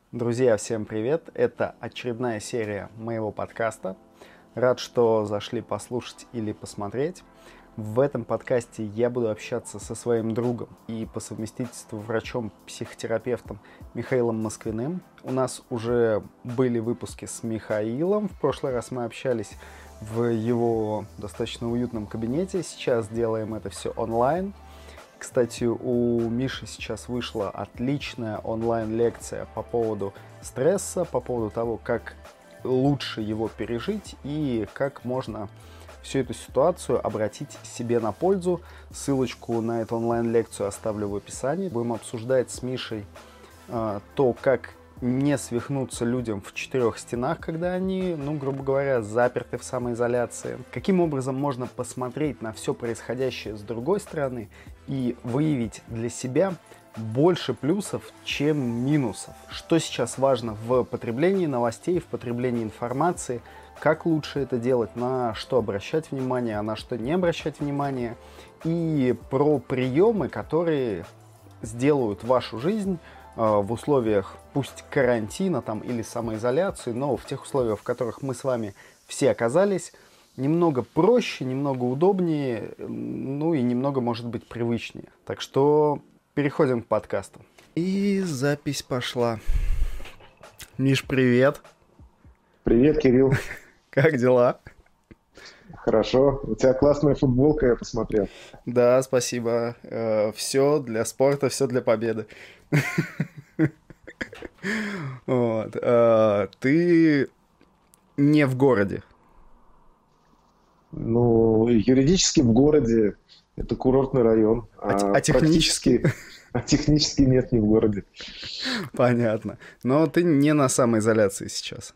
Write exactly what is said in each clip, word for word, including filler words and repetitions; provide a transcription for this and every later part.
Друзья, всем привет! Это очередная серия моего подкаста. Рад, что зашли послушать или посмотреть. В этом подкасте я буду общаться со своим другом и по совместительству врачом-психотерапевтом Михаилом Москвиным. У нас уже были выпуски с Михаилом. В прошлый раз мы общались в его достаточно уютном кабинете. Сейчас делаем это все онлайн. Кстати, у Миши сейчас вышла отличная онлайн-лекция по поводу стресса, по поводу того, как лучше его пережить и как можно всю эту ситуацию обратить себе на пользу. Ссылочку на эту онлайн-лекцию оставлю в описании. Будем обсуждать с Мишей э, то, как не свихнуться людям в четырех стенах, когда они, ну, грубо говоря, заперты в самоизоляции. Каким образом можно посмотреть на все происходящее с другой стороны и выявить для себя больше плюсов, чем минусов. Что сейчас важно в потреблении новостей, в потреблении информации, как лучше это делать, на что обращать внимание, а на что не обращать внимание. И про приемы, которые сделают вашу жизнь в условиях, пусть карантина там, или самоизоляции, но в тех условиях, в которых мы с вами все оказались, немного проще, немного удобнее, ну и немного, может быть, привычнее. Так что переходим к подкасту. И запись пошла. Миш, привет. Привет, Кирилл. Как дела? Хорошо. У тебя классная футболка, я посмотрел. Да, спасибо. Все для спорта, все для победы. Вот. Ты не в городе? Ну, юридически в городе. Это курортный район. А, а технически? А технически нет, не в городе. Понятно. Но ты не на самоизоляции сейчас.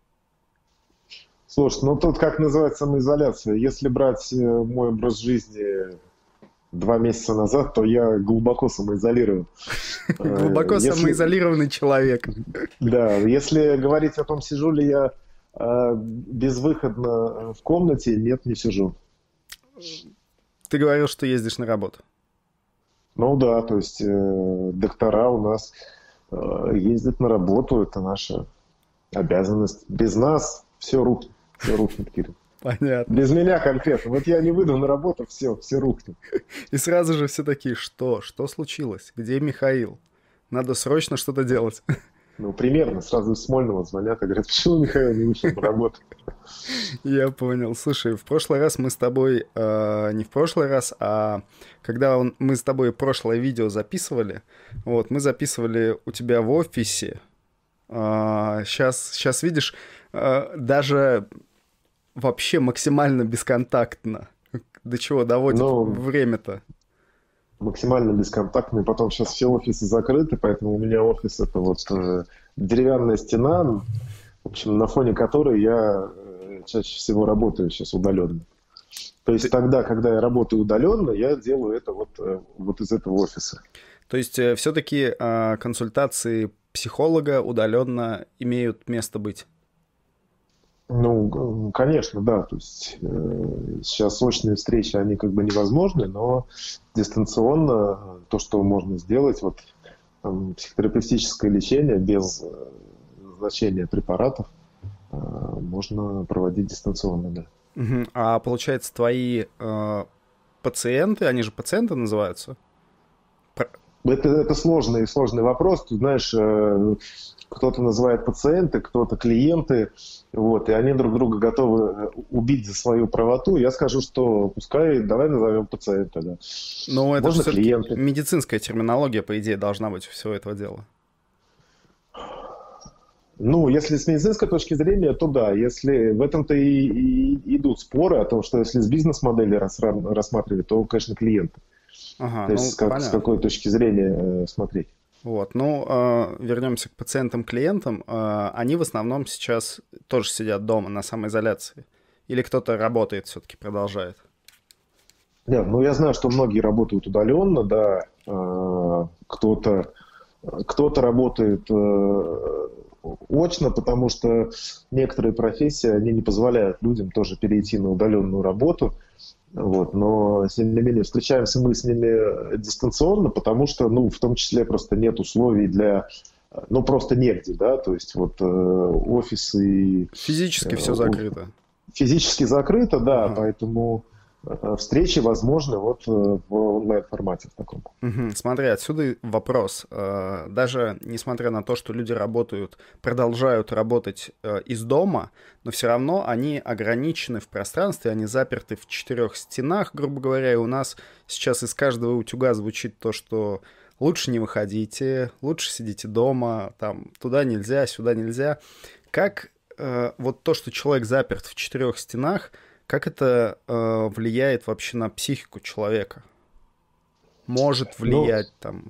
Слушай, ну тут как называется самоизоляция? Если брать мой образ жизни два месяца назад, то я глубоко самоизолирован. Глубоко самоизолированный человек. Да, если говорить о том, сижу ли я безвыходно в комнате, нет, не сижу. Ты говорил, что ездишь на работу. Ну да, то есть э, доктора у нас э, ездят на работу, это наша обязанность. Без нас все рухнет, все рухнет, Кирилл. Понятно. Без меня конкретно. Вот я не выйду на работу, все, все рухнет. И сразу же все такие, что? Что случилось? Где Михаил? Надо срочно что-то делать. Ну, примерно. Сразу из Смольного звонят и говорят, почему Михаил не вышел на работу? Я понял. Слушай, в прошлый раз мы с тобой, э, не в прошлый раз, а когда он, мы с тобой прошлое видео записывали, вот, мы записывали у тебя в офисе. Э, сейчас, сейчас видишь, э, даже вообще максимально бесконтактно. До чего доводит Ну, время-то? максимально бесконтактный. Потом сейчас все офисы закрыты, поэтому у меня офис это вот э, деревянная стена, в общем, на фоне которой я э, чаще всего работаю сейчас удаленно. То есть Ты- тогда, когда я работаю удаленно, я делаю это вот, э, вот из этого офиса. То есть э, все-таки э, консультации психолога удаленно имеют место быть? Ну, г- конечно, да. То есть э, сейчас очные встречи, они как бы невозможны, но дистанционно э, то, что можно сделать, вот там, психотерапевтическое лечение без э, назначения препаратов, э, можно проводить дистанционно, да. Мгм. А получается, твои э, пациенты, они же пациенты называются? Пр- Это, это сложный, сложный вопрос. Ты знаешь, э, кто-то называет пациенты, кто-то клиенты, вот, и они друг друга готовы э, убить за свою правоту. Я скажу, что пускай, давай назовем пациента, да. Ну, это же Можно все-таки клиенты. медицинская терминология, по идее, должна быть у всего этого дела. Ну, если с медицинской точки зрения, то да. Если в этом-то и, и идут споры о том, что если с бизнес-модели расра- рассматривать, то, конечно, клиенты. Ага, То ну, есть с, как- с понятно. какой точки зрения э, смотреть. Вот, ну, э, вернемся к пациентам-клиентам. Э, они в основном сейчас тоже сидят дома на самоизоляции. Или кто-то работает все-таки, продолжает? Нет, ну я знаю, что многие работают удаленно, да. Э, кто-то, кто-то работает э, очно, потому что некоторые профессии, они не позволяют людям тоже перейти на удаленную работу. Вот, но, тем не менее, встречаемся мы с ними дистанционно, потому что, ну, в том числе просто нет условий для ну, просто негде, да, то есть вот офисы... Физически все закрыто. Физически закрыто, да, Ага. поэтому встречи возможны вот в онлайн-формате в таком. Угу. Смотри, отсюда вопрос. Даже несмотря на то, что люди работают, продолжают работать из дома, но все равно они ограничены в пространстве, они заперты в четырех стенах, грубо говоря, и у нас сейчас из каждого утюга звучит то, что лучше не выходите, лучше сидите дома, там, туда нельзя, сюда нельзя. Как вот то, что человек заперт в четырех стенах, как это э, влияет вообще на психику человека? Может влиять ну, там?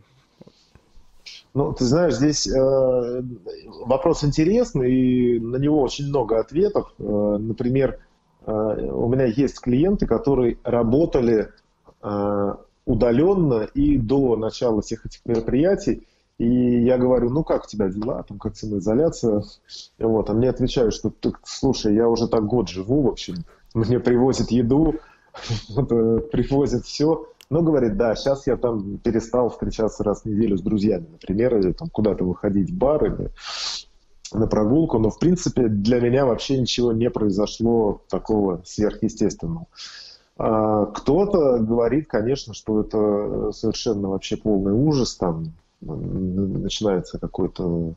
Ну, ты знаешь, здесь э, вопрос интересный, и на него очень много ответов. Э, например, э, у меня есть клиенты, которые работали э, удаленно и до начала всех этих мероприятий. И я говорю, ну как у тебя дела, там как самоизоляция? Вот, а мне отвечают, что слушай, я уже так год живу, в общем. Мне привозят еду, привозят все. Но говорит, да, сейчас я там перестал встречаться раз в неделю с друзьями, например, или там куда-то выходить в бар или на прогулку. Но, в принципе, для меня вообще ничего не произошло такого сверхъестественного. А кто-то говорит, конечно, что это совершенно вообще полный ужас. Там начинается какой-то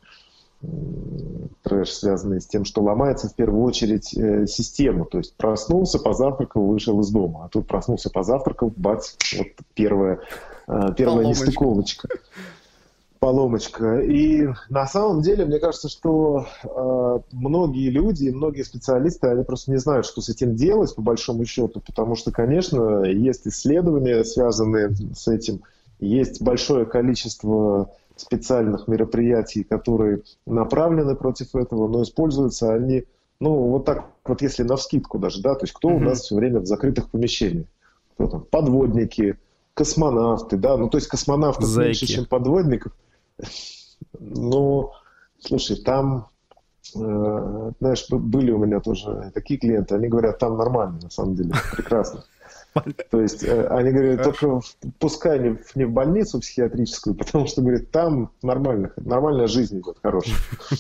трэш, связанный с тем, что ломается в первую очередь э, система. То есть проснулся, позавтракал, вышел из дома. А тут проснулся, позавтракал, бац, вот первая, э, первая нестыковочка. Поломочка. И на самом деле, мне кажется, что э, многие люди, многие специалисты, они просто не знают, что с этим делать, по большому счету, потому что, конечно, есть исследования, связанные с этим, есть большое количество специальных мероприятий, которые направлены против этого, но используются они, ну, вот так вот, если навскидку даже, да, то есть кто mm-hmm. у нас все время в закрытых помещениях? Кто там? Подводники, космонавты, да, ну, то есть космонавтов Зайки. Меньше, чем подводников. Ну, слушай, там, э, знаешь, были у меня тоже такие клиенты, они говорят, там нормально, на самом деле, прекрасно. То есть они говорят, только пускай не, не в больницу психиатрическую, потому что, говорят, там нормально, нормальная жизнь идет, хорошая.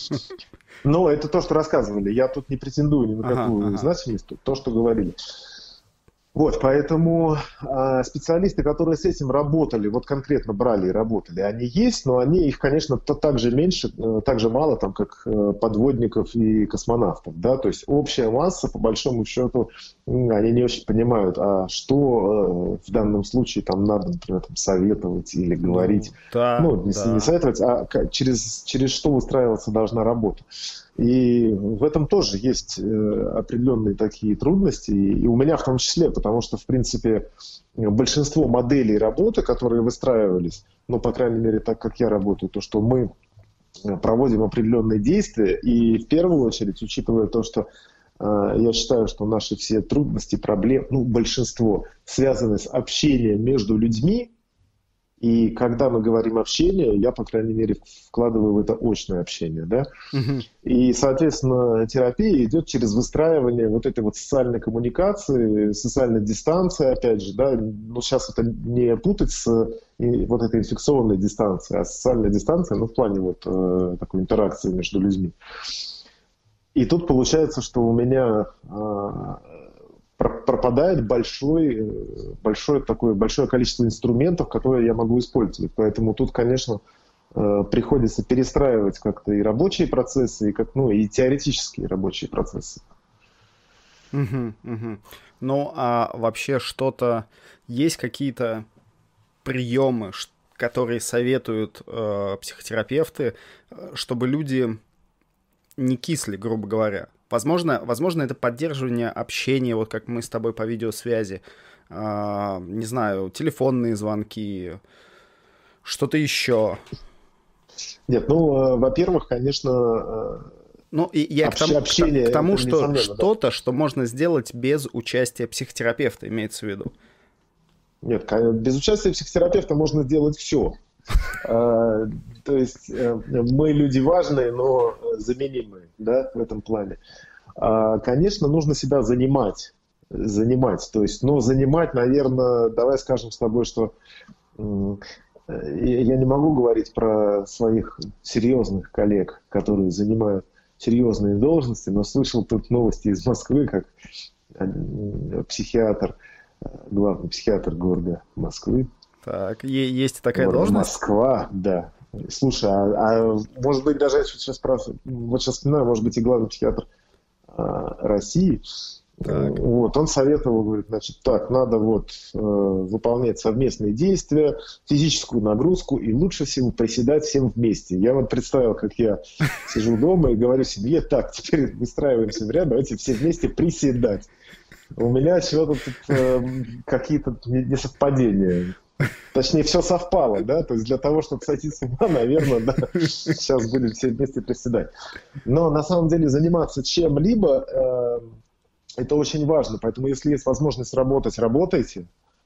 Но это то, что рассказывали. Я тут не претендую ни на какую ага, ага. значимость, то, что говорили. Вот, поэтому э, специалисты, которые с этим работали, вот конкретно брали и работали, они есть, но они их, конечно, то, так же меньше, э, так же мало, там, как э, подводников и космонавтов, да, то есть общая масса, по большому счету, э, они не очень понимают, а что э, в данном случае там надо, например, там, советовать или говорить, ну, да, ну не, да. не советовать, а через, через что выстраиваться должна работа. И в этом тоже есть определенные такие трудности, и у меня в том числе, потому что, в принципе, большинство моделей работы, которые выстраивались, ну, по крайней мере, так как я работаю, то, что мы проводим определенные действия, и в первую очередь, учитывая то, что я считаю, что наши все трудности, проблемы, ну, большинство связаны с общением между людьми. И когда мы говорим общение, я, по крайней мере, вкладываю в это очное общение, да. Uh-huh. И, соответственно, терапия идет через выстраивание вот этой вот социальной коммуникации, социальной дистанции, опять же, да. Ну, сейчас это не путать с вот этой инфекционной дистанцией, а социальная дистанция, ну, в плане вот э, такой интеракции между людьми. И тут получается, что у меня э, пропадает большой, большое, такое, большое количество инструментов, которые я могу использовать. Поэтому тут, конечно, приходится перестраивать как-то и рабочие процессы, и, как, ну, и теоретические рабочие процессы. Угу, угу. Ну, а вообще что-то... Есть какие-то приемы, которые советуют э, психотерапевты, чтобы люди не кисли, грубо говоря? Возможно, возможно, это поддерживание общения, вот как мы с тобой по видеосвязи, э, не знаю, телефонные звонки, что-то еще. Нет, ну, во-первых, конечно, ну, и я общ- к тому, общение, к, к тому что что-то, да. что можно сделать без участия психотерапевта, имеется в виду. Нет, без участия психотерапевта можно сделать все. То есть мы люди важные, но заменимые, да, в этом плане. Конечно, нужно себя занимать, занимать. То есть, но занимать, наверное, давай скажем с тобой, что я не могу говорить про своих серьезных коллег, которые занимают серьезные должности, но слышал тут новости из Москвы, как психиатр, главный психиатр города Москвы. Так, есть такая города должность? Москва, да. Слушай, а, а может быть даже я сейчас прав, вот сейчас вспоминаю, может быть и главный психиатр а, России. Так. Вот, он советовал, говорит, значит, так, надо вот э, выполнять совместные действия, физическую нагрузку и лучше всего приседать всем вместе. Я вот представил, как я сижу дома и говорю себе, так, теперь выстраиваемся в ряд, давайте все вместе приседать. У меня чего-то тут э, какие-то несовпадения. Точнее, все совпало, да, то есть для того, чтобы сойти с ума, наверное, да, сейчас будем все вместе приседать. Но на самом деле заниматься чем-либо, э, это очень важно, поэтому если есть возможность работать, работайте.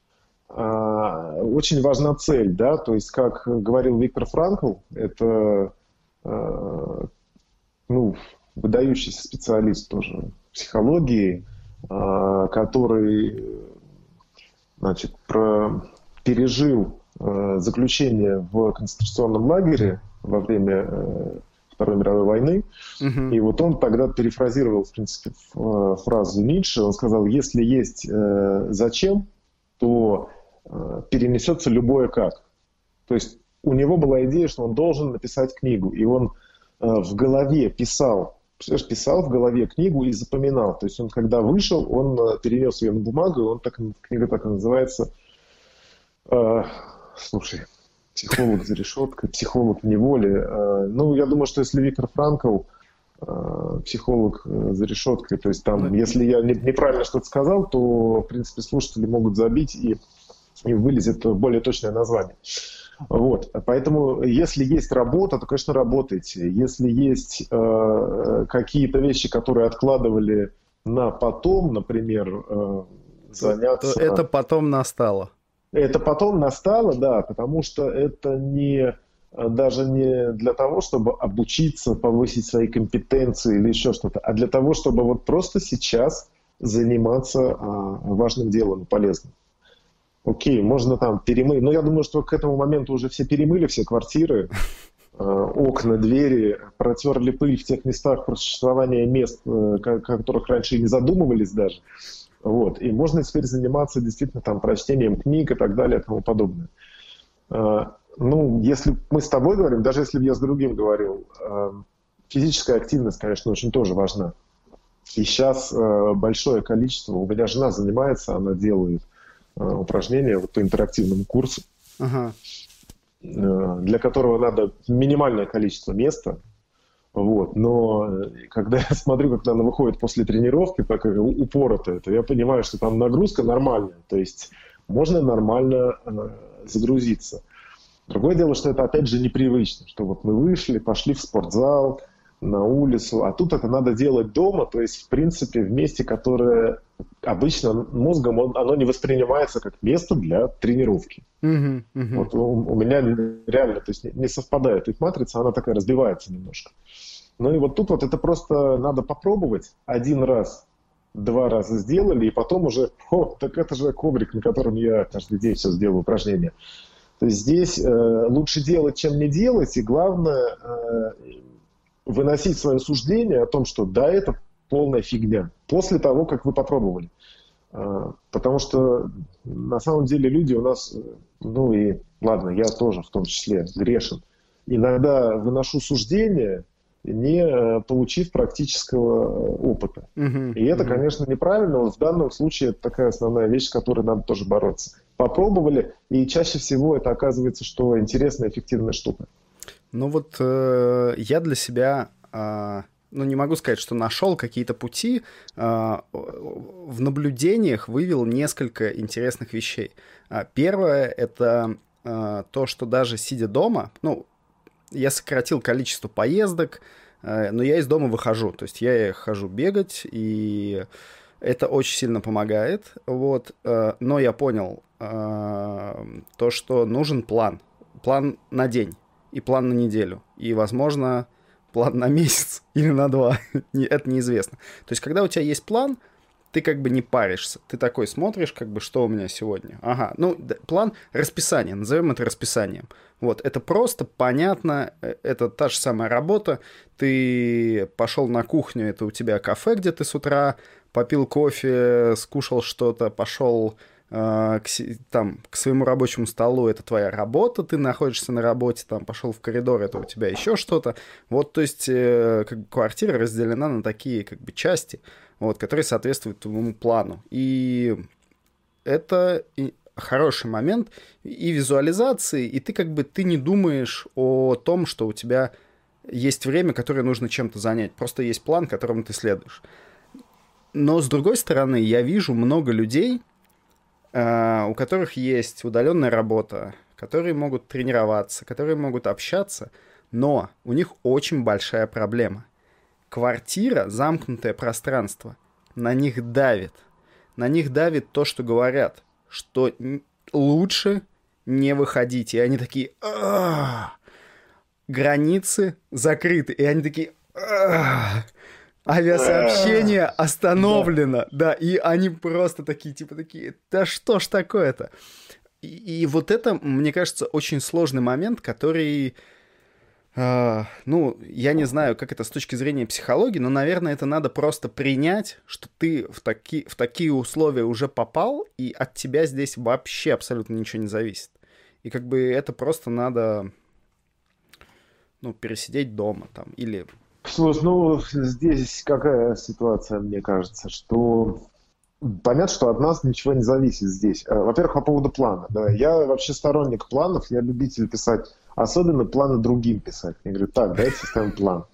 Э, очень важна цель, да, то есть, как говорил Виктор Франкл, это, э, ну, выдающийся специалист тоже психологии, э, который, значит, про... пережил э, заключение в концентрационном лагере во время э, Второй мировой войны. Uh-huh. И вот он тогда перефразировал, в принципе, фразу Ницше. Он сказал, если есть э, зачем, то э, перенесется любое как. То есть у него была идея, что он должен написать книгу. И он э, в голове писал, писал в голове книгу и запоминал. То есть он, когда вышел, он перенес ее на бумагу, и он так, книга так и называется. Uh, слушай, психолог за решеткой, психолог в неволе. Uh, ну, я думаю, что если Виктор Франкл, uh, психолог за решеткой, то есть там, mm-hmm. если я не, неправильно что-то сказал, то, в принципе, слушатели могут забить и, и вылезет более точное название. Вот. Поэтому, если есть работа, то, конечно, работайте. Если есть uh, какие-то вещи, которые откладывали на потом, например, uh, заняться... То это потом настало. Это потом настало, да, потому что это не, даже не для того, чтобы обучиться, повысить свои компетенции или еще что-то, а для того, чтобы вот просто сейчас заниматься а, важным делом, полезным. Окей, можно там перемыть, но я думаю, что к этому моменту уже все перемыли, все квартиры, а, окна, двери, протерли пыль в тех местах про существование мест, о которых раньше и не задумывались даже. Вот. И можно теперь заниматься действительно там прочтением книг и так далее и тому подобное. Ну, если мы с тобой говорим, даже если бы я с другим говорил, физическая активность, конечно, очень тоже важна. И сейчас большое количество, у меня жена занимается, она делает упражнения вот по интерактивному курсу, uh-huh. для которого надо минимальное количество места. Вот. Но когда я смотрю, как она выходит после тренировки, так упоротая, то я понимаю, что там нагрузка нормальная. То есть можно нормально э, загрузиться. Другое дело, что это опять же непривычно. Что вот мы вышли, пошли в спортзал, на улицу, а тут это надо делать дома. То есть, в принципе, в месте, которое обычно мозгом он, оно не воспринимается как место для тренировки. Uh-huh, uh-huh. Вот у, у меня реально то есть, не, не совпадает. Их матрица, она такая разбивается немножко. Ну и вот тут вот это просто надо попробовать один раз, два раза сделали, и потом уже, о, так это же коврик, на котором я каждый день сейчас делаю упражнения. То есть здесь э, лучше делать, чем не делать, и главное э, выносить свое суждение о том, что да, это полная фигня, после того, как вы попробовали. Э, потому что на самом деле люди у нас, ну и ладно, я тоже в том числе грешен, иногда выношу суждение, не получив практического опыта. Uh-huh, и это, uh-huh. конечно, неправильно. Вот в данном случае это такая основная вещь, с которой надо тоже бороться. Попробовали, и чаще всего это оказывается, что интересная, эффективная штука. Ну вот э, я для себя, э, ну не могу сказать, что нашел какие-то пути. Э, в наблюдениях вывел несколько интересных вещей. Первое — это э, то, что даже сидя дома, ну, я сократил количество поездок, но я из дома выхожу. То есть я хожу бегать, и это очень сильно помогает. Вот. Но я понял то, что нужен план. План на день и план на неделю. И, возможно, план на месяц или на два. Это неизвестно. То есть когда у тебя есть план, ты как бы не паришься. Ты такой смотришь, как бы, что у меня сегодня. Ага, ну, план, расписание, назовем это расписанием. Вот, это просто, понятно, это та же самая работа. Ты пошел на кухню, это у тебя кафе, где ты с утра попил кофе, скушал что-то, пошел э, к, там, к своему рабочему столу, это твоя работа, ты находишься на работе, там, пошел в коридор, это у тебя еще что-то. Вот, то есть, э, как бы квартира разделена на такие, как бы, части, вот, которые соответствуют твоему плану. И это хороший момент и визуализации, и ты как бы ты не думаешь о том, что у тебя есть время, которое нужно чем-то занять. Просто есть план, которому ты следуешь. Но, с другой стороны, я вижу много людей, э, у которых есть удаленная работа, которые могут тренироваться, которые могут общаться, но у них очень большая проблема. Квартира, замкнутое пространство, на них давит. На них давит то, что говорят, что лучше не выходить. И они такие... А-а-а! Границы закрыты. И они такие... А-а-а! Авиасообщение остановлено. Да. Да, и они просто такие, типа такие... Да что ж такое-то? И, и вот это, мне кажется, очень сложный момент, который... Uh, ну, я не знаю, как это с точки зрения психологии, но, наверное, это надо просто принять, что ты в, таки, в такие условия уже попал, и от тебя здесь вообще абсолютно ничего не зависит. И как бы это просто надо, ну, пересидеть дома там, или... Слушай, ну, здесь какая ситуация, мне кажется, что... Понятно, что от нас ничего не зависит здесь. Во-первых, по поводу плана. Да, я вообще сторонник планов, я любитель писать, особенно планы другим писать. Я говорю, так, давайте составим план.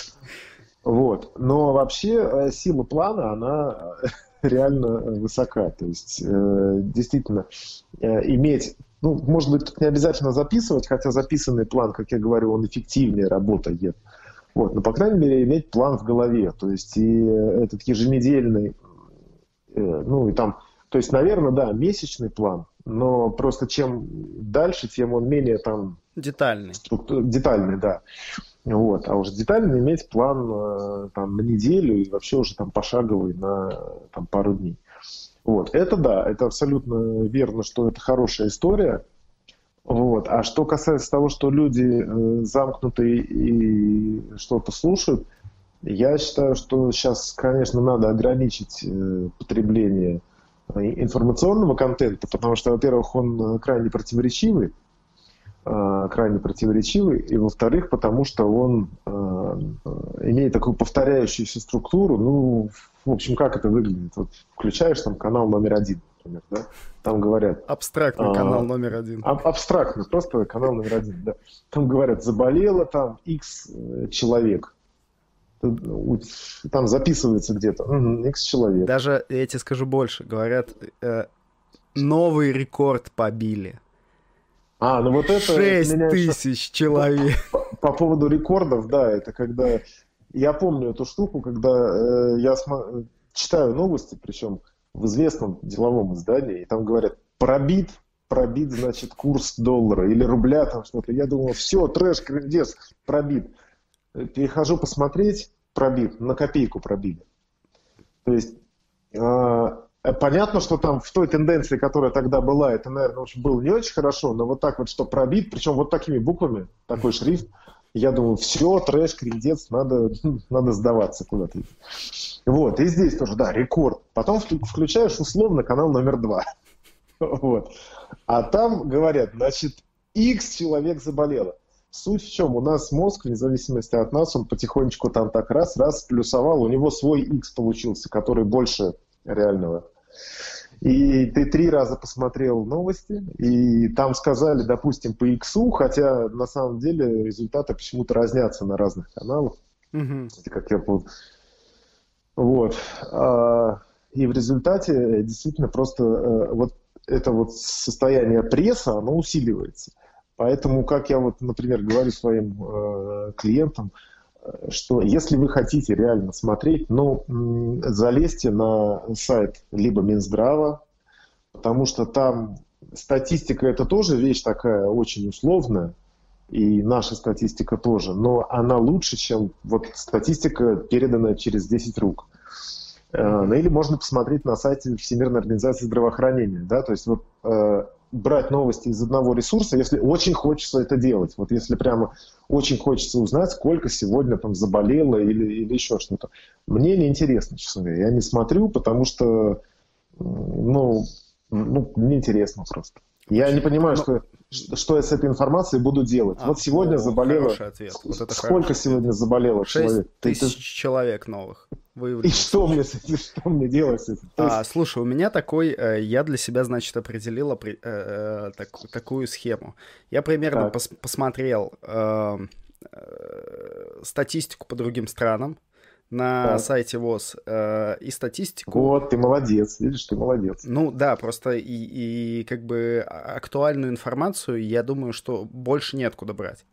Вот. Но вообще сила плана, она реально высока. То есть, действительно, иметь, ну, может быть, тут не обязательно записывать, хотя записанный план, как я говорю, он эффективнее работает. Вот. Но, по крайней мере, иметь план в голове. То есть, и этот еженедельный, ну, и там, то есть, наверное, да, месячный план, но просто чем дальше, тем он менее там... Детальный. Структур... Детальный, да. Вот. А уже детально иметь план там на неделю и вообще уже там пошаговый на там, пару дней. Вот. Это да, это абсолютно верно, что это хорошая история. Вот. А что касается того, что люди замкнуты и что-то слушают, я считаю, что сейчас, конечно, надо ограничить потребление информационного контента, потому что, во-первых, он крайне противоречивый, крайне противоречивый, и, во-вторых, потому что он имеет такую повторяющуюся структуру. Ну, в общем, как это выглядит? Вот включаешь там канал номер один, например, да? Там говорят... Абстрактный а, канал номер один. Аб- абстрактный, просто канал номер один, да. Там говорят, заболело там X человек. Там записывается где-то X человек. Даже, я тебе скажу больше, говорят, э, новый рекорд побили. А, ну вот это... шесть тысяч человек. По, по поводу рекордов, да, это когда... Я помню эту штуку, когда э, я см... читаю новости, причем в известном деловом издании, и там говорят, пробит, пробит, значит, курс доллара или рубля, там что-то. Я думал, все, трэш, крендец, пробит. Перехожу посмотреть, пробит, на копейку пробили. То есть, э, понятно, что там в той тенденции, которая тогда была, это, наверное, очень было не очень хорошо, но вот так вот, что пробит, причем вот такими буквами, такой шрифт, я думаю, все, трэш, крендец, надо, надо сдаваться куда-то. Вот, и здесь тоже, да, рекорд. Потом включаешь условно канал номер два. Вот. А там говорят, значит, X человек заболело. Суть в чем? У нас мозг, вне зависимости от нас, он потихонечку там так раз-раз плюсовал. У него свой X получился, который больше реального. И ты три раза посмотрел новости, и там сказали, допустим, по X, хотя на самом деле результаты почему-то разнятся на разных каналах. Mm-hmm. Как я помню. Вот. И в результате действительно просто вот это вот состояние пресса, оно усиливается. Поэтому, как я вот, например, говорю своим э, клиентам, что если вы хотите реально смотреть, ну, залезьте на сайт либо Минздрава, потому что там статистика это тоже вещь такая очень условная, и наша статистика тоже, но она лучше, чем вот статистика, переданная через десять рук. Mm-hmm. Ну, или можно посмотреть на сайте Всемирной организации здравоохранения, да, то есть вот э, брать новости из одного ресурса, если очень хочется это делать, вот если прямо очень хочется узнать, сколько сегодня там заболело или, или еще что-то. Мне неинтересно, честно говоря, я не смотрю, потому что, ну, ну неинтересно просто. Я не понимаю, что, что я с этой информацией буду делать. А, вот сегодня о, заболело... Вот это сколько хороший сегодня ответ. Заболело человек? шесть тысяч человек новых выявлено. И что мне, с этим, что мне делать с этим? А, есть... Слушай, у меня такой... Э, я для себя, значит, определил э, э, так, такую схему. Я примерно пос, посмотрел э, э, статистику по другим странам на так. сайте ВОЗ э, и статистику. Вот, ты молодец, видишь, ты молодец. Ну да, просто и, и как бы актуальную информацию, я думаю, что больше неоткуда брать.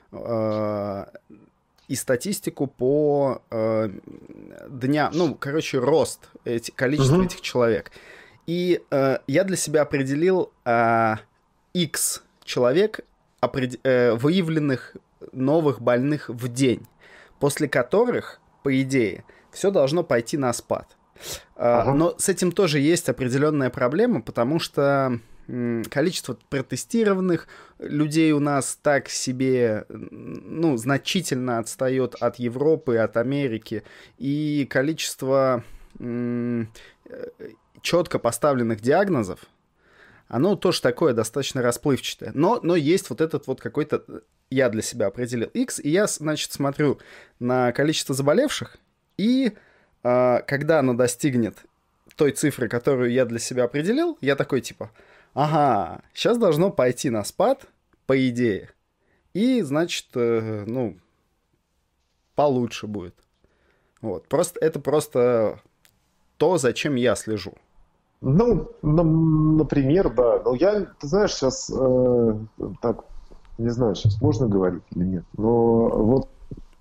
Э, и статистику по э, дням, ну, короче, рост, эти, количество угу. этих человек. И э, я для себя определил э, X человек, опред... э, выявленных новых больных в день, после которых, по идее, все должно пойти на спад. Ага. Но с этим тоже есть определенная проблема, потому что количество протестированных людей у нас так себе, ну, значительно отстает от Европы, от Америки, и количество м- четко поставленных диагнозов, оно тоже такое достаточно расплывчатое. Но, но есть вот этот вот какой-то, я для себя определил X, и я, значит, смотрю на количество заболевших, и э, когда оно достигнет той цифры, которую я для себя определил, я такой типа, ага, сейчас должно пойти на спад, по идее, и, значит, э, ну, получше будет. Вот, просто, это просто то, за чем я слежу. Ну, например, да. Но я, ты знаешь, сейчас э, так, не знаю, сейчас можно говорить или нет, но вот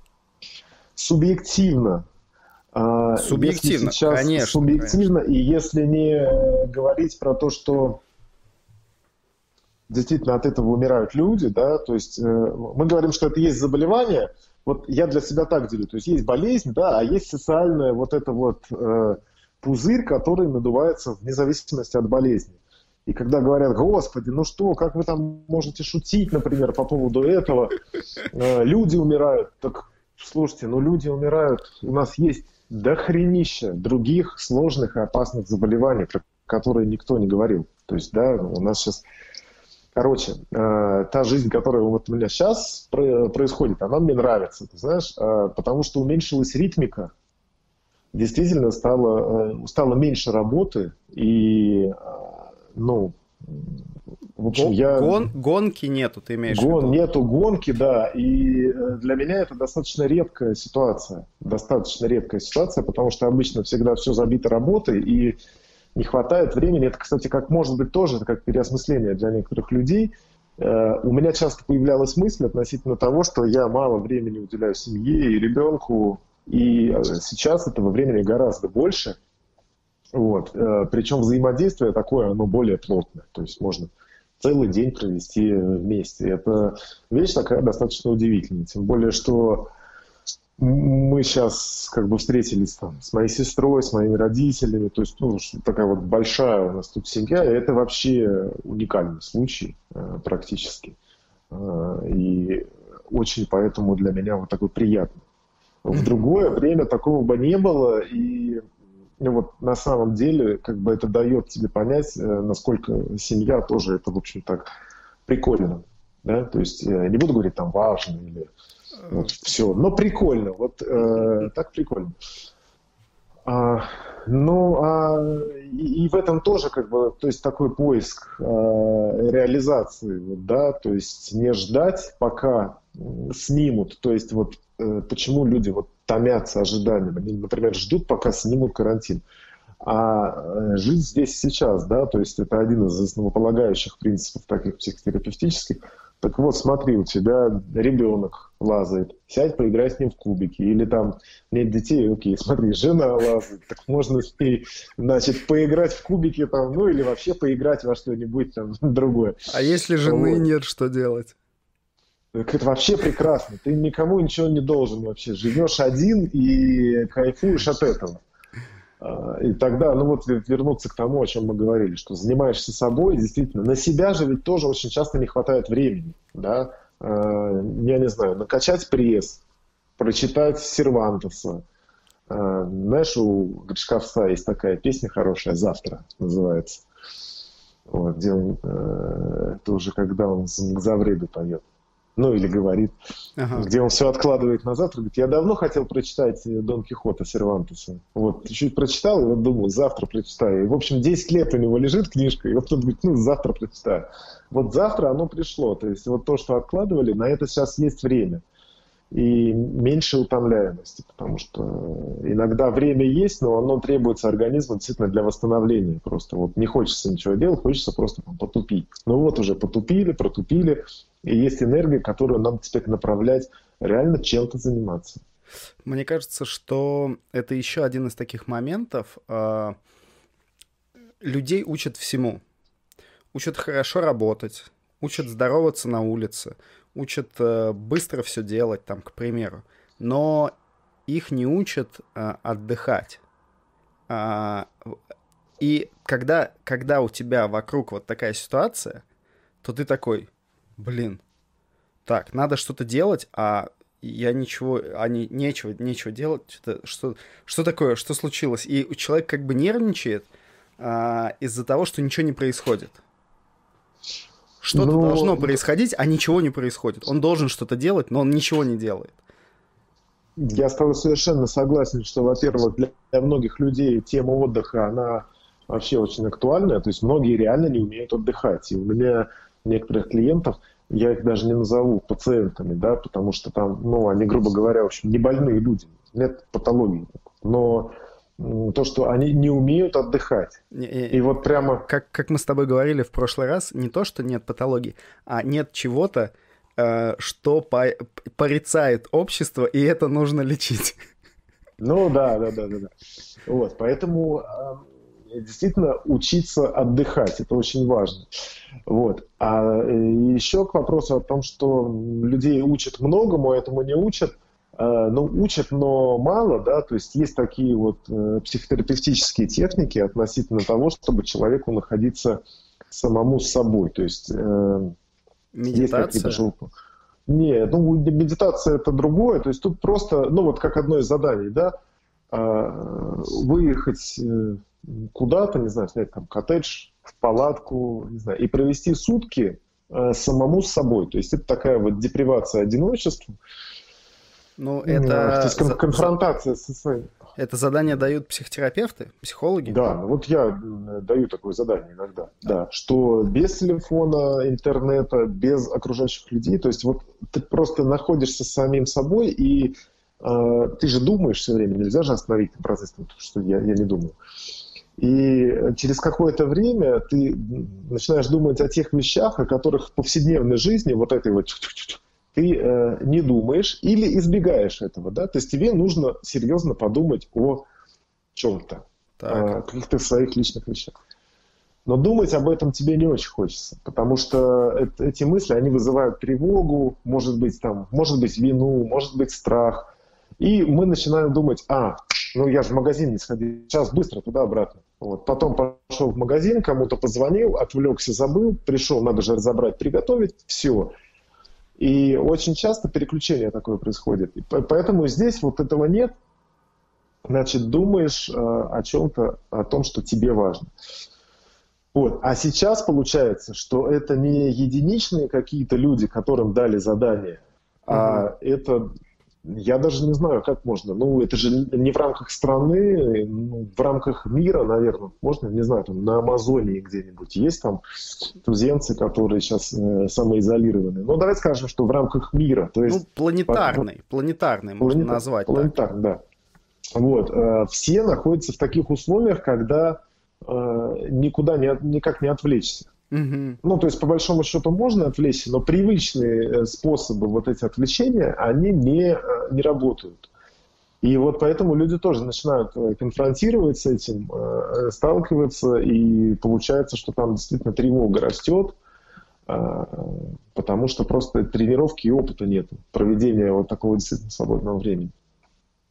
субъективно, э, субъективно, сейчас конечно, субъективно, конечно. И если не говорить про то, что действительно от этого умирают люди, да, то есть э, мы говорим, что это есть заболевание. Вот я для себя так делю, то есть есть болезнь, да, а есть социальная вот это вот э, пузырь, который надувается вне зависимости от болезни. И когда говорят, господи, ну что, как вы там можете шутить, например, по поводу этого, э, люди умирают. Так, слушайте, ну люди умирают, у нас есть дохренища других сложных и опасных заболеваний, про которые никто не говорил. То есть, да, у нас сейчас... Короче, э, та жизнь, которая вот у меня сейчас про- происходит, она мне нравится, ты знаешь, э, потому что уменьшилась ритмика, действительно стало, стало меньше работы, и, ну, в общем, Гон, я... Гон, гонки нету, ты имеешь гон, в виду? Нету гонки, да, и для меня это достаточно редкая ситуация, достаточно редкая ситуация, потому что обычно всегда все забито работой, и не хватает времени. Это, кстати, как может быть тоже, это как переосмысление для некоторых людей. У меня часто появлялась мысль относительно того, что я мало времени уделяю семье и ребенку, и сейчас этого времени гораздо больше. Вот. Причем взаимодействие такое, оно более плотное. То есть можно целый день провести вместе. Это вещь такая достаточно удивительная. Тем более, что мы сейчас как бы встретились там с моей сестрой, с моими родителями. То есть, ну, такая вот большая у нас тут семья. И это вообще уникальный случай практически. И очень поэтому для меня вот такой приятный. В другое время такого бы не было, и ну, вот на самом деле как бы это дает тебе понять, насколько семья тоже это, в общем, так прикольно. Да? То есть я не буду говорить там важно или вот, все, но прикольно, вот э, так прикольно. А, ну, а, и, и в этом тоже как бы, то есть такой поиск э, реализации, вот, да, то есть не ждать, пока снимут, то есть вот почему люди вот томятся ожиданием. Они, например, ждут, пока снимут карантин. А жить здесь сейчас, да, то есть это один из основополагающих принципов таких психотерапевтических. Так вот, смотри, у тебя ребенок лазает, сядь, поиграй с ним в кубики. Или там нет детей, окей, смотри, жена лазает, так можно с ней, значит, поиграть в кубики там, ну или вообще поиграть во что-нибудь там другое. А если жены вот. Нет, что делать? Это вообще прекрасно. Ты никому ничего не должен вообще. Живешь один и кайфуешь от этого. И тогда, ну вот вернуться к тому, о чем мы говорили, что занимаешься собой, действительно, на себя же ведь тоже очень часто не хватает времени, да, я не знаю, накачать пресс, прочитать Сервантеса. Знаешь, у Гришковца есть такая песня хорошая, «Завтра» называется, вот, где он, это уже когда он к Завреду поет. Ну, или говорит, ага. где он все откладывает на завтра. Говорит, я давно хотел прочитать Дон Кихота Сервантеса. Вот, чуть прочитал, и вот думаю, завтра прочитаю. И, в общем, десять лет у него лежит книжка, и вот он говорит, ну, завтра прочитаю. Вот завтра оно пришло. То есть, вот то, что откладывали, на это сейчас есть время. И меньше утомляемости, потому что иногда время есть, но оно требуется организму действительно для восстановления. Просто вот не хочется ничего делать, хочется просто там потупить. Ну вот уже потупили, протупили, и есть энергия, которую надо теперь направлять, реально чем-то заниматься. Мне кажется, что это еще один из таких моментов. Людей учат всему. Учат хорошо работать, учат здороваться на улице, учат э, быстро все делать, там, к примеру, но их не учат э, отдыхать. А, и когда, когда у тебя вокруг вот такая ситуация, то ты такой, блин, так, надо что-то делать, а я ничего, а не, нечего, нечего делать, что, что, что такое, что случилось? И человек как бы нервничает а, из-за того, что ничего не происходит. Что-то но... должно происходить, а ничего не происходит. Он должен что-то делать, но он ничего не делает. Я с тобой совершенно согласен, что, во-первых, для многих людей тема отдыха, она вообще очень актуальная. То есть многие реально не умеют отдыхать. И у меня некоторых клиентов, я их даже не назову пациентами, да, потому что там, ну, они, грубо говоря, в общем, не больные люди. Нет патологии. Но то, что они не умеют отдыхать. И, и вот прямо... Как, как мы с тобой говорили в прошлый раз, не то, что нет патологии, а нет чего-то, э, что по, порицает общество, и это нужно лечить. Ну да, да, да, да. да. Вот, поэтому э, действительно учиться отдыхать, это очень важно. Вот. А еще к вопросу о том, что людей учат многому, этому не учат. Ну, учат, но мало, да, то есть есть такие вот э, психотерапевтические техники относительно того, чтобы человеку находиться самому с собой, то есть э, медитация? Есть Нет, ну, медитация это другое, то есть тут просто, ну, вот как одно из заданий, да, э, выехать э, куда-то, не знаю, снять там коттедж, в палатку, не знаю, и провести сутки э, самому с собой, то есть это такая вот депривация одиночества. Ну, это... То есть кон- конфронтация со своим... Это задание дают психотерапевты, психологи? Да, вот я даю такое задание иногда, да, что без телефона, интернета, без окружающих людей, то есть вот ты просто находишься с самим собой, и э, ты же думаешь все время, нельзя же остановить процесс, потому что я, я не думаю. И через какое-то время ты начинаешь думать о тех вещах, о которых в повседневной жизни, вот этой вот... ты э, не думаешь или избегаешь этого, да, то есть тебе нужно серьезно подумать о чем-то, о каких-то своих личных вещах. Но думать об этом тебе не очень хочется, потому что это, эти мысли, они вызывают тревогу, может быть, там, может быть, вину, может быть, страх. И мы начинаем думать, а, ну я же в магазин не сходил, сейчас быстро туда-обратно. Вот. Потом пошел в магазин, кому-то позвонил, отвлекся, забыл, пришел, надо же разобрать, приготовить, все. И очень часто переключение такое происходит. И поэтому здесь вот этого нет. Значит, думаешь э, о чем-то, о том, что тебе важно. Вот. А сейчас получается, что это не единичные какие-то люди, которым дали задание, угу. а это, я даже не знаю, как можно. Ну, это же не в рамках страны, ну, в рамках мира, наверное, можно, не знаю, там на Амазонии где-нибудь есть там туземцы, которые сейчас э, самоизолированы. Ну, давай скажем, что в рамках мира. То есть, ну, планетарный, по... планетарный можно Планета... назвать. Планетарный, да. Вот. Э, все находятся в таких условиях, когда э, никуда не, никак не отвлечься. Угу. Ну, то есть, по большому счету, можно отвлечься, но привычные способы вот эти отвлечения, они не, не работают. И вот поэтому люди тоже начинают конфронтировать с этим, сталкиваться, и получается, что там действительно тревога растет, потому что просто тренировки и опыта нет, проведения вот такого действительно свободного времени.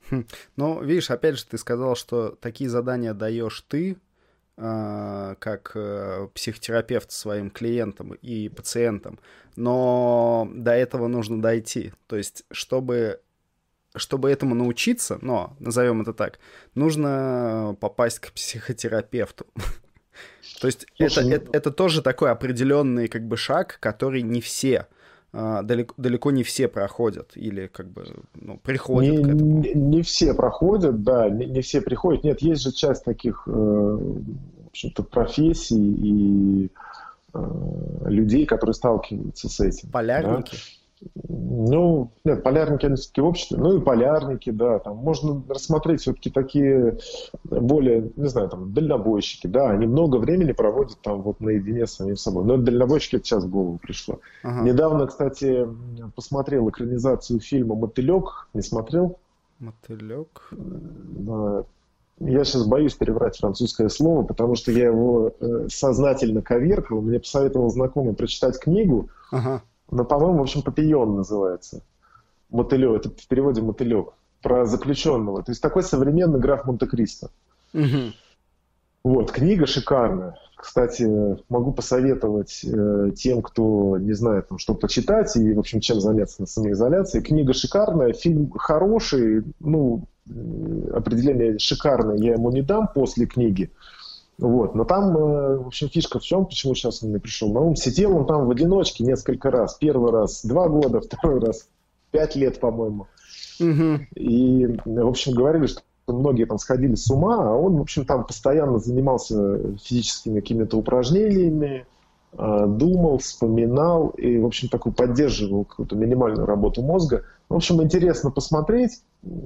Хм. Ну, видишь, опять же, ты сказал, что такие задания даешь ты, э, как э, психотерапевт своим клиентам и пациентам, но до этого нужно дойти. То есть, чтобы, чтобы этому научиться, но, назовем это так, нужно попасть к психотерапевту. То есть это, Слушай, это, это тоже такой определенный как бы шаг, который не все, а, далеко, далеко не все проходят или как бы ну, приходят Не, к этому. не, не все проходят, да, не, не все приходят. Нет, есть же часть таких, э, в общем-то, профессий и э, людей, которые сталкиваются с этим. Да? Полярники? Ну, нет, полярники, они все-таки в обществе, ну и полярники, да, там можно рассмотреть все-таки такие более, не знаю, там, дальнобойщики, да, они много времени проводят там вот наедине с самим собой. Но дальнобойщики это сейчас в голову пришло. Ага. Недавно, кстати, посмотрел экранизацию фильма «Мотылек», не смотрел? Мотылек? Да. Я сейчас боюсь переврать французское слово, потому что я его э, сознательно коверкал. Мне посоветовал знакомый прочитать книгу. Ага. Но, по-моему, в общем, «Папийон» называется. Мотылек, это в переводе «мотылек». Про заключенного. То есть такой современный граф Монте-Кристо. Угу. Вот, книга шикарная. Кстати, могу посоветовать э, тем, кто не знает, там, что почитать и, в общем, чем заняться на самоизоляции. Книга шикарная, фильм хороший. Ну, определение шикарное я ему не дам после книги. Вот. Но там, э, в общем, фишка в чем, почему сейчас он мне пришел на ум. Сидел он там в одиночке несколько раз. Первый раз два года, второй раз пять лет, по-моему. Угу. И, в общем, говорили, что многие там сходили с ума, а он, в общем, там постоянно занимался физическими какими-то упражнениями, э, думал, вспоминал и, в общем, такую поддерживал какую-то минимальную работу мозга. В общем, интересно посмотреть.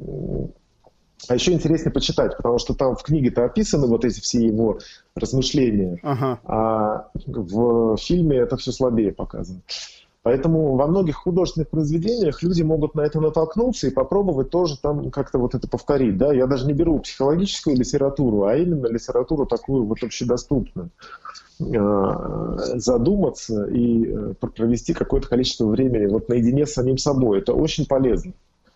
А еще интереснее почитать, потому что там в книге-то описаны вот эти все его размышления, Ага. а в фильме это все слабее показано. Поэтому во многих художественных произведениях люди могут на это натолкнуться и попробовать тоже там как-то вот это повторить. Да? Я даже не беру психологическую литературу, а именно литературу такую вот общедоступную. Задуматься и провести какое-то количество времени вот наедине с самим собой. Это очень полезно.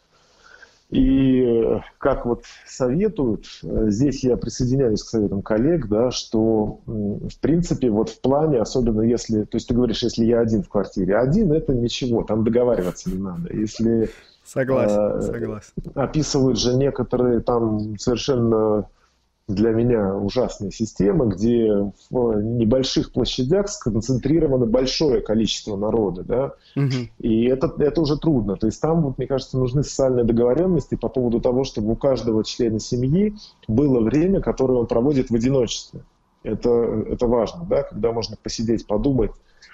И как вот советуют, здесь я присоединяюсь к советам коллег, да, что в принципе вот в плане, особенно если, то есть ты говоришь, если я один в квартире, один это ничего, там договариваться не надо. Если Согласен, э, согласен. описывают же некоторые там совершенно для меня ужасные системы, где в небольших площадях сконцентрировано большое количество народа, да, Угу. и это, это уже трудно. То есть там, вот, мне кажется, нужны социальные договоренности по поводу того, чтобы у каждого члена семьи было время, которое он проводит в одиночестве. Это, это важно, да, когда можно посидеть, подумать.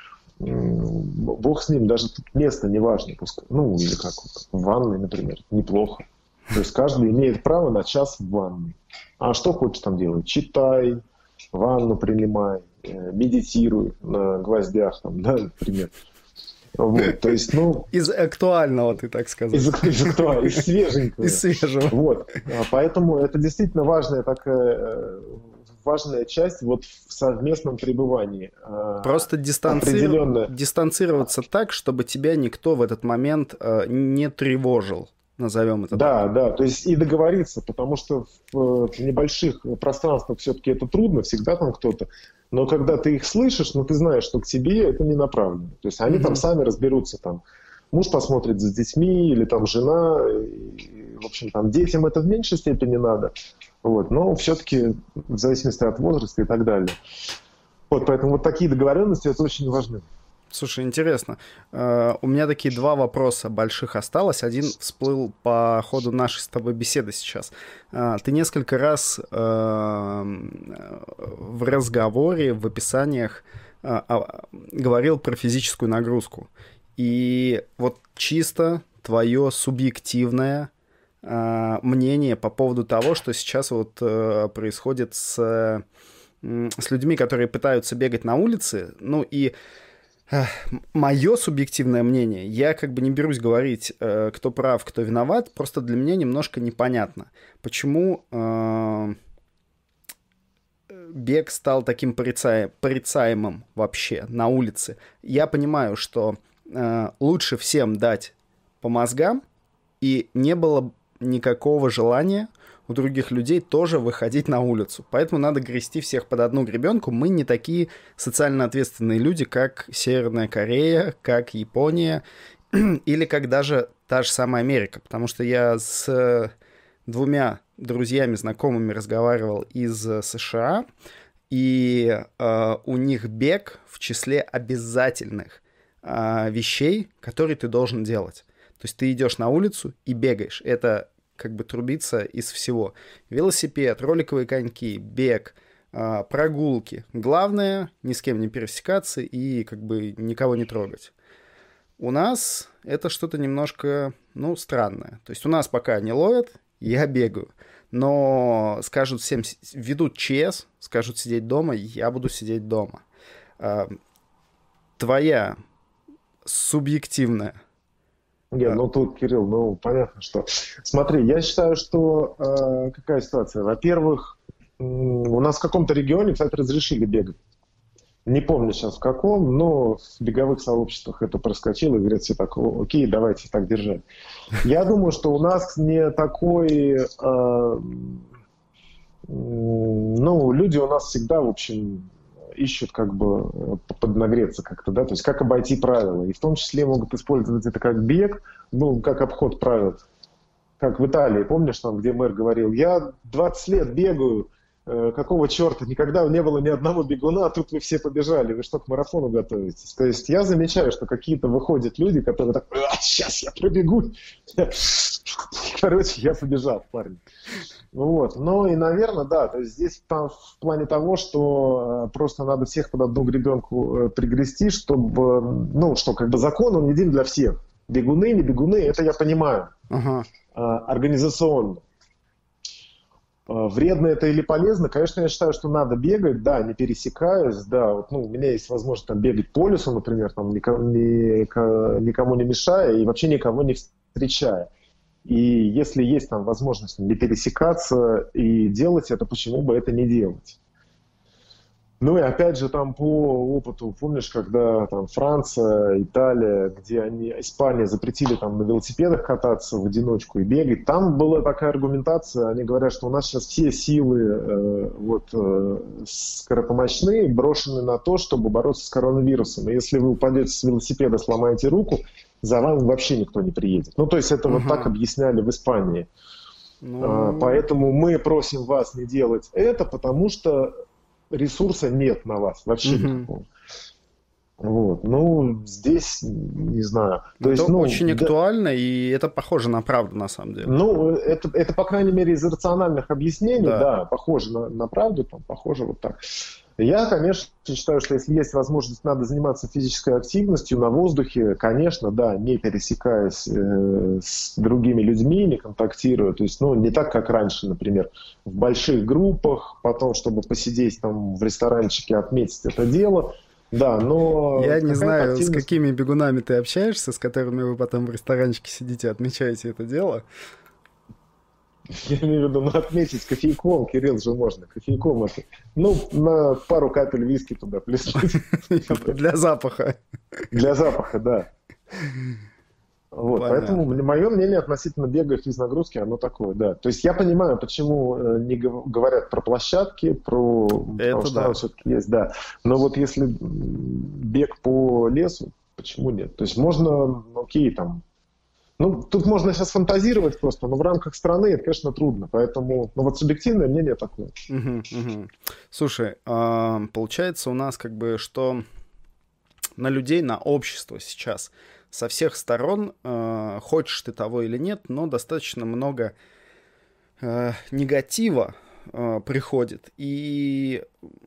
Бог с ним, даже тут место не важно, пускай, ну, или как, в ванной, например, неплохо. То есть каждый имеет право на час в ванной. А что хочешь там делать? Читай, ванну принимай, медитируй на гвоздях, там, да, например. Вот, то есть, ну... Из актуального, ты так сказал. Из, из актуального, из свеженького. Из свежего. Вот. Поэтому это действительно важная такая... важная часть вот в совместном пребывании. Просто дистанци... дистанцироваться так, чтобы тебя никто в этот момент не тревожил. Назовем это да, так. Да, то есть и договориться, потому что в, в небольших пространствах все-таки это трудно, всегда там кто-то, но когда ты их слышишь, ну ты знаешь, что к тебе это не направлено. То есть они mm-hmm. там сами разберутся, там муж посмотрит за детьми или там жена, и, в общем, там детям это в меньшей степени надо, вот, но все-таки в зависимости от возраста и так далее. Вот, поэтому вот такие договоренности это очень важны. Слушай, интересно. Uh, у меня такие два вопроса больших осталось. Один всплыл по ходу нашей с тобой беседы сейчас. Uh, ты несколько раз uh, в разговоре, в описаниях uh, uh, говорил про физическую нагрузку. И вот чисто твое субъективное uh, мнение по поводу того, что сейчас вот uh, происходит с, uh, с людьми, которые пытаются бегать на улице, ну и мое субъективное мнение, я как бы не берусь говорить, э, кто прав, кто виноват, просто для меня немножко непонятно, почему э, бег стал таким порицаем, порицаемым вообще на улице. Я понимаю, что э, лучше всем дать по мозгам, и не было никакого желания у других людей тоже выходить на улицу. Поэтому надо грести всех под одну гребенку. Мы не такие социально ответственные люди, как Северная Корея, как Япония или как даже та же самая Америка. Потому что я с двумя друзьями, знакомыми разговаривал из США, и э, у них бег в числе обязательных э, вещей, которые ты должен делать. То есть ты идешь на улицу и бегаешь. Это как бы трубится из всего. Велосипед, роликовые коньки, бег, э, прогулки. Главное, ни с кем не пересекаться и как бы никого не трогать. У нас это что-то немножко, ну, странное. То есть у нас пока не ловят, я бегаю. Но скажут всем, ведут ЧС, скажут сидеть дома, я буду сидеть дома. Э, твоя субъективная... Нет, ну тут, Кирилл, ну понятно, что... Смотри, я считаю, что э, какая ситуация? Во-первых, э, у нас в каком-то регионе, кстати, разрешили бегать. Не помню сейчас в каком, но в беговых сообществах это проскочило, и говорят все так: окей, давайте так держать. Я думаю, что у нас не такой... Э, ну, люди у нас всегда, в общем... ищут как бы поднагреться как-то, да, то есть как обойти правила. И в том числе могут использовать это как бег, ну, как обход правил. Как в Италии, помнишь, там, где мэр говорил: я двадцать лет бегаю, э, какого черта, никогда не было ни одного бегуна, а тут вы все побежали, вы что, к марафону готовитесь? То есть я замечаю, что какие-то выходят люди, которые так: а, сейчас я пробегу. Короче, я побежал, парень. Вот. Ну и, наверное, да, то есть здесь там в плане того, что э, просто надо всех под одну гребенку э, пригрести, чтобы, ну, что как бы закон, он един для всех. Бегуны, не бегуны, это я понимаю. Ага. Э, организационно. Э, вредно это или полезно? Конечно, я считаю, что надо бегать, да, не пересекаясь, да. Вот, ну, у меня есть возможность там бегать по лесу, например, там, никому, никому не мешая и вообще никого не встречая. И если есть там возможность не пересекаться и делать это, почему бы это не делать? Ну и опять же там по опыту, помнишь, когда там Франция, Италия, где они, Испания запретили там на велосипедах кататься в одиночку и бегать, там была такая аргументация, они говорят, что у нас сейчас все силы э, вот, э, скоропомощные брошены на то, чтобы бороться с коронавирусом. И если вы упадете с велосипеда, сломаете руку, за вами вообще никто не приедет. Ну, то есть это uh-huh. вот так объясняли в Испании. Ну... А, поэтому мы просим вас не делать это, потому что ресурса нет на вас вообще uh-huh. никакого. Вот. Ну, здесь, не знаю. То это есть, ну, очень да... актуально, и это похоже на правду, на самом деле. Ну, это, это по крайней мере, из рациональных объяснений, да, да похоже на, на правду, там, похоже вот так. Я, конечно, считаю, что если есть возможность, надо заниматься физической активностью на воздухе, конечно, да, не пересекаясь э, с другими людьми, не контактируя, то есть, ну, не так, как раньше, например, в больших группах, потом, чтобы посидеть там в ресторанчике, отметить это дело, да, но... Я не знаю, активность... с какими бегунами ты общаешься, с которыми вы потом в ресторанчике сидите, отмечаете это дело. Я имею в виду, ну, отметить кофейком, Кирилл, же можно, кофейком это. Ну, на пару капель виски туда плеснуть. Для запаха. Для запаха, да. Вот, поэтому мое мнение относительно бега и физнагрузки, оно такое, да. То есть я понимаю, почему не говорят про площадки, про это что да. там все-таки есть, да. Но вот если бег по лесу, почему нет? То есть можно, окей, там, ну, тут можно сейчас фантазировать просто, но в рамках страны это, конечно, трудно. Поэтому, ну, вот субъективное мнение такое. Угу, угу. Слушай, э, получается у нас как бы, что на людей, на общество сейчас со всех сторон, э, хочешь ты того или нет, но достаточно много э, негатива э, приходит. И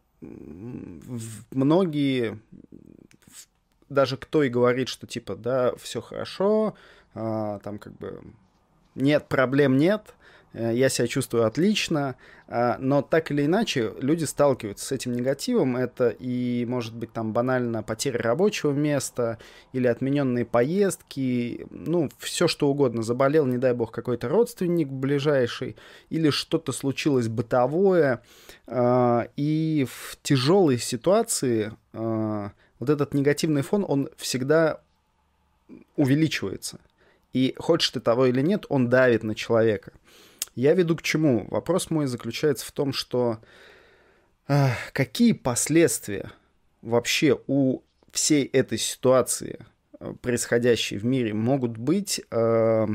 многие, даже кто и говорит, что типа, да, все хорошо, Uh, там как бы нет, проблем нет, я себя чувствую отлично, uh, но так или иначе люди сталкиваются с этим негативом. Это и, может быть, там банально потеря рабочего места или отмененные поездки, ну, все что угодно. Заболел, не дай бог, какой-то родственник ближайший, или что-то случилось бытовое. Uh, и в тяжелой ситуации uh, вот этот негативный фон, он всегда увеличивается. И хочешь ты того или нет, он давит на человека. Я веду к чему? Вопрос мой заключается в том, что э, какие последствия вообще у всей этой ситуации, э, происходящей в мире, могут быть э,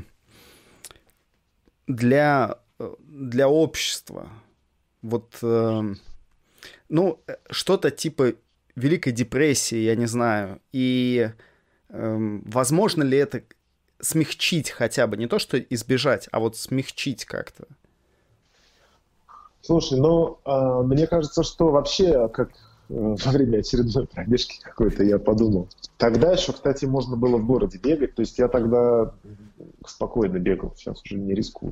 для, для общества? Вот, э, ну, что-то типа Великой депрессии, я не знаю. И э, возможно ли это смягчить хотя бы, не то что избежать, а вот смягчить как-то? Слушай, ну, а, мне кажется, что вообще, как во время очередной пробежки какой-то, я подумал. Тогда еще, кстати, можно было в городе бегать, то есть я тогда спокойно бегал, сейчас уже не рискую.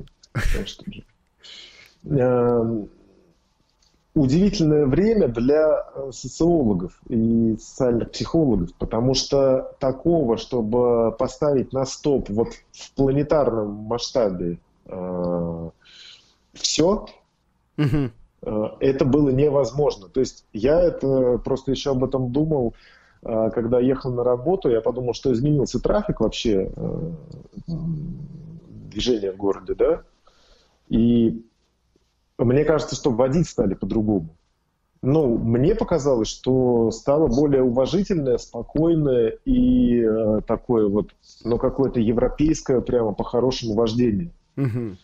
Удивительное время для социологов и социальных психологов, потому что такого, чтобы поставить на стоп вот в планетарном масштабе э, все, угу. э, это было невозможно. То есть я это просто еще об этом думал, э, когда ехал на работу, я подумал, что изменился трафик вообще, э, движение в городе, да, и мне кажется, что водить стали по-другому. Ну, мне показалось, что стало более уважительное, спокойное и э, такое вот, ну, какое-то европейское прямо по-хорошему вождение. Угу.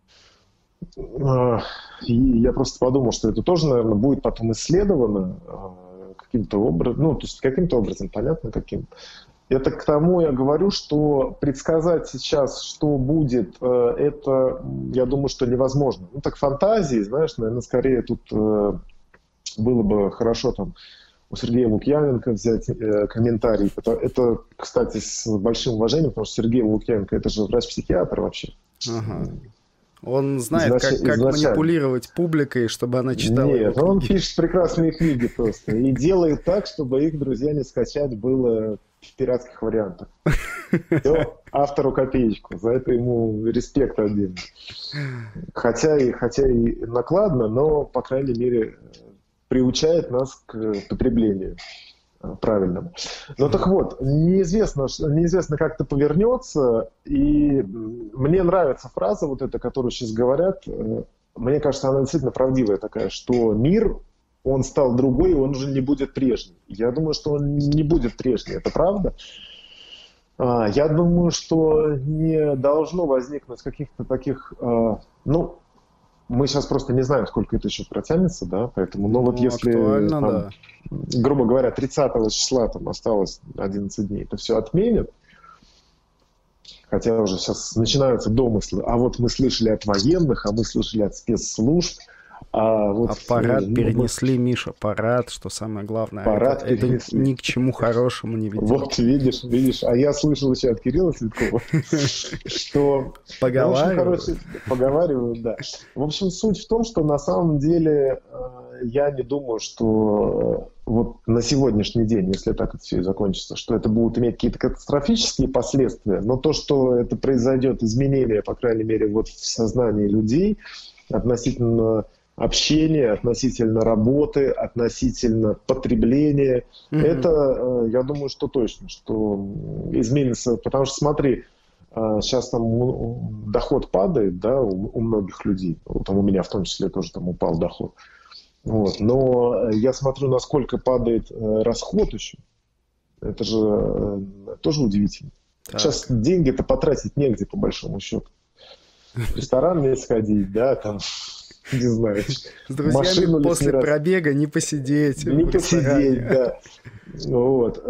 Э, и я просто подумал, что это тоже, наверное, будет потом исследовано э, каким-то образом, ну, то есть каким-то образом, понятно, каким. Это к тому я говорю, что предсказать сейчас, что будет, это, я думаю, что невозможно. Ну, так фантазии, знаешь, наверное, скорее тут было бы хорошо там у Сергея Лукьяненко взять комментарий. Это, это, кстати, с большим уважением, потому что Сергей Лукьяненко – это же врач-психиатр вообще. Ага. Он знает, Изнач... как, как манипулировать публикой, чтобы она читала. Нет, он пишет прекрасные книги просто. И делает так, чтобы их, друзья, не скачать было в пиратских вариантах. Все, автору копеечку. За это ему респект отдельный. Хотя и, хотя и накладно, но, по крайней мере, приучает нас к потреблению правильному. Но так вот, неизвестно, неизвестно, как это повернется. И мне нравится фраза вот эта, которую сейчас говорят. Мне кажется, она действительно правдивая такая, что мир, он стал другой, и он уже не будет прежним. Я думаю, что он не будет прежним. Это правда? Я думаю, что не должно возникнуть каких-то таких... Ну, мы сейчас просто не знаем, сколько это еще протянется, да, поэтому, но ну, вот если, там, да. грубо говоря, тридцатого числа там осталось одиннадцать дней, это все отменят, хотя уже сейчас начинаются домыслы, а вот мы слышали от военных, а мы слышали от спецслужб, а вот... А парад ну, перенесли, вот... Миша, парад, что самое главное, парад это, это ни к чему хорошему не ведет. Вот, видишь, видишь, а я слышал еще от Кирилла Цветкова, что... Поговаривают. Поговаривают, да. В общем, суть в том, что на самом деле я не думаю, что вот на сегодняшний день, если так это все и закончится, что это будут иметь какие-то катастрофические последствия, но то, что это произойдет изменение, по крайней мере, вот в сознании людей относительно общения, относительно работы, относительно потребления. Mm-hmm. Это, я думаю, что точно, что изменится. Потому что, смотри, сейчас там доход падает, да, у многих людей. Там у меня в том числе тоже там упал доход. Вот. Но я смотрю, насколько падает расход еще. Это же тоже удивительно. Так. Сейчас деньги-то потратить негде, по большому счету. В ресторан не сходить, да, там... Не знаю. С друзьями после пробега не посидеть. Не посидеть, да. Вот.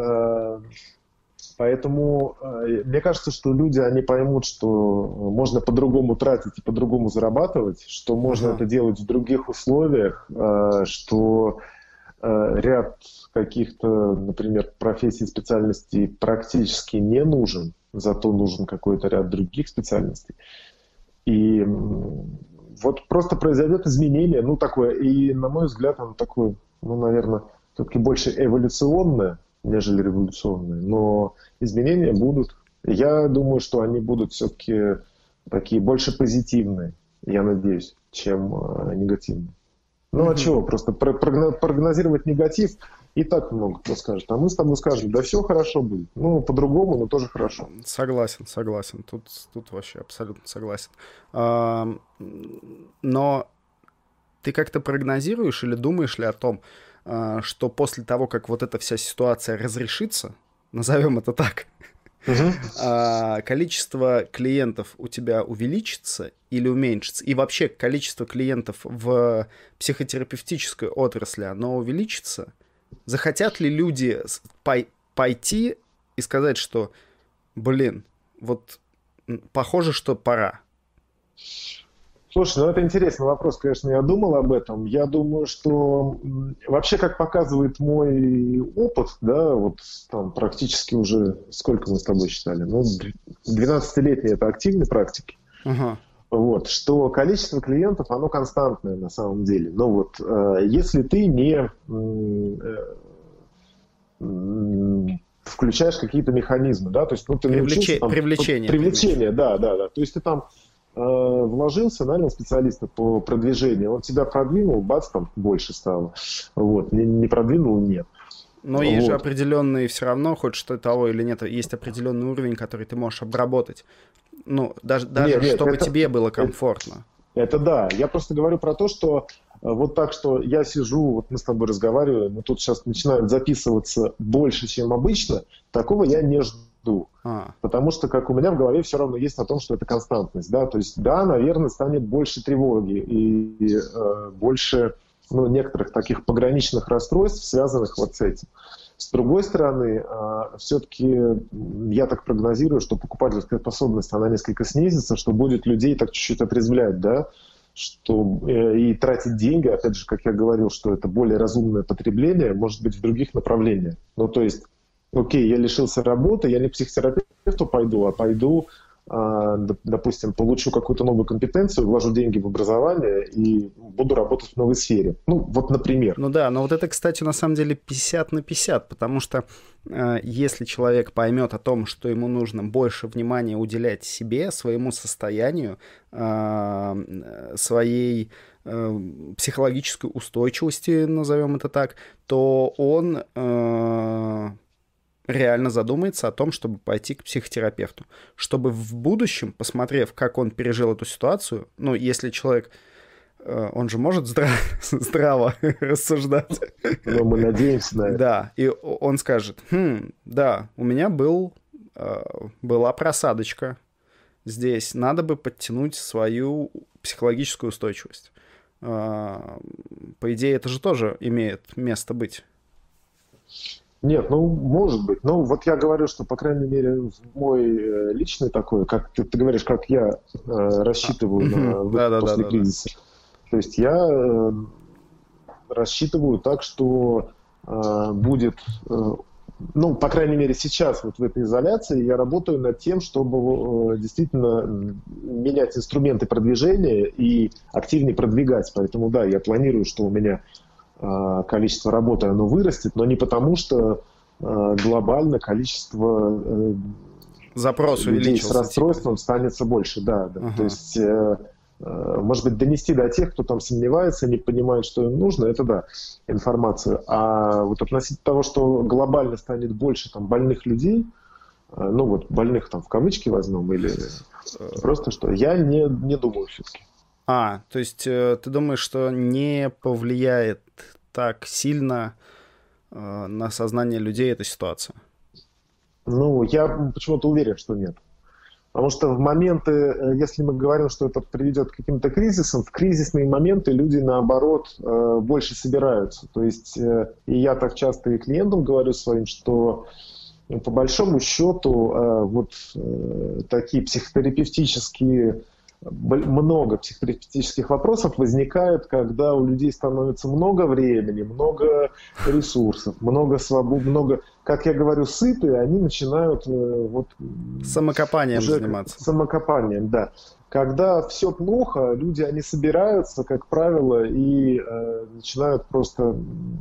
Поэтому мне кажется, что люди, они поймут, что можно по-другому тратить и по-другому зарабатывать, что можно ага. это делать в других условиях, что ряд каких-то, например, профессий, специальностей практически не нужен, зато нужен какой-то ряд других специальностей. И вот просто произойдет изменение, ну, такое, и, на мой взгляд, оно такое, ну, наверное, все-таки больше эволюционное, нежели революционное, но изменения будут. Я думаю, что они будут все-таки такие больше позитивные, я надеюсь, чем э, негативные. Ну Мгм. а чего? Просто про- прогно- прогнозировать негатив и так много кто скажет. А мы с тобой скажем, да все хорошо будет. Ну, по-другому, но тоже хорошо. Согласен, согласен. Тут, тут вообще абсолютно согласен. А, м, но ты как-то прогнозируешь или думаешь ли о том, а, что после того, как вот эта вся ситуация разрешится, назовем это так, Мгм. а, количество клиентов у тебя увеличится или уменьшится? И вообще количество клиентов в психотерапевтической отрасли, оно увеличится? Захотят ли люди с- пой- пойти и сказать, что, блин, вот м, похоже, что пора? Слушай, ну это интересный вопрос, конечно, я думал об этом. Я думаю, что м, вообще, как показывает мой опыт, да, вот там практически уже, сколько мы с тобой считали, ну, двенадцатилетней это активной практики, Ага. вот, что количество клиентов, оно константное на самом деле. Но вот э, если ты не м, э, м, включаешь какие-то механизмы, да, то есть, ну, ты научился Привлече- там... Привлечение, ты имеешь в Привлечение, виду. да, да, да. То есть ты там э, вложился, нанял специалиста по продвижению, он тебя продвинул, бац, там больше стало. Вот, не, не продвинул, нет. Но есть же Вот. определенный, все равно, хочешь ты того или нет, есть определенный уровень, который ты можешь обработать. Ну, даже, даже Нет, нет, чтобы это, тебе было это, комфортно. это да. Я просто говорю про то, что э, вот так, что я сижу, вот мы с тобой разговариваем, мы тут сейчас начинают записываться больше, чем обычно, такого я не жду. А, Потому что, как у меня в голове все равно есть о том, что это константность, да, то есть, да, наверное, станет больше тревоги и, и э, больше, ну, некоторых таких пограничных расстройств, связанных вот с этим. С другой стороны, э, все-таки я так прогнозирую, что покупательская способность, она несколько снизится, что будет людей так чуть-чуть отрезвлять, да, что э, и тратить деньги, опять же, как я говорил, что это более разумное потребление, может быть, в других направлениях. Ну, то есть, окей, я лишился работы, я не к психотерапевту пойду, а пойду, а, доп- допустим, получу какую-то новую компетенцию, вложу деньги в образование и буду работать в новой сфере. Ну, вот, например. ну да, но вот это, кстати, на самом деле пятьдесят на пятьдесят, потому что э, если человек поймет о том, что ему нужно больше внимания уделять себе, своему состоянию, э, своей э, психологической устойчивости, назовем это так, то он э, реально задумается о том, чтобы пойти к психотерапевту. Чтобы в будущем, посмотрев, как он пережил эту ситуацию, ну, если человек, э, он же может здра- здраво рассуждать. Но мы надеемся на это. Да, и о- он скажет, хм, да, у меня был, э, была просадочка здесь, надо бы подтянуть свою психологическую устойчивость. Э, По идее, это же тоже имеет место быть. Нет, ну, может быть. Ну, вот я говорю, что, по крайней мере, в мой э, личный такой, как ты, ты говоришь, как я э, рассчитываю на Мгм. выход Да-да-да-да-да. после кризиса. То есть я э, рассчитываю так, что э, будет, э, ну, по крайней мере, сейчас вот в этой изоляции я работаю над тем, чтобы э, действительно м, менять инструменты продвижения и активнее продвигать. Поэтому, да, я планирую, что у меня э, количество работы оно вырастет, но не потому, что э, глобально количество э, Запрос людей с увеличился. типа. расстройством станется больше, да, да. Ага. То есть, э, э, может быть, донести до тех, кто там сомневается, не понимает, что им нужно, это да, информацию. А вот относительно того, что глобально станет больше там больных людей, э, ну вот больных там в кавычки возьмем, или просто что, я не, не думаю все-таки. А, то есть э, ты думаешь, что не повлияет так сильно э, на сознание людей эта ситуация? Ну, я почему-то уверен, что нет. Потому что в моменты, э, если мы говорим, что это приведет к каким-то кризисам, в кризисные моменты люди, наоборот, э, больше собираются. То есть, э, и я так часто и клиентам говорю своим, что ну, по большому счету э, вот э, такие психотерапевтические, б- много психотерапевтических вопросов возникает, когда у людей становится много времени, много ресурсов, много свободы, много, как я говорю, сытые, они начинают э, вот Самокопанием уже заниматься. самокопанием, да. Когда все плохо, люди, они собираются, как правило, и э, начинают просто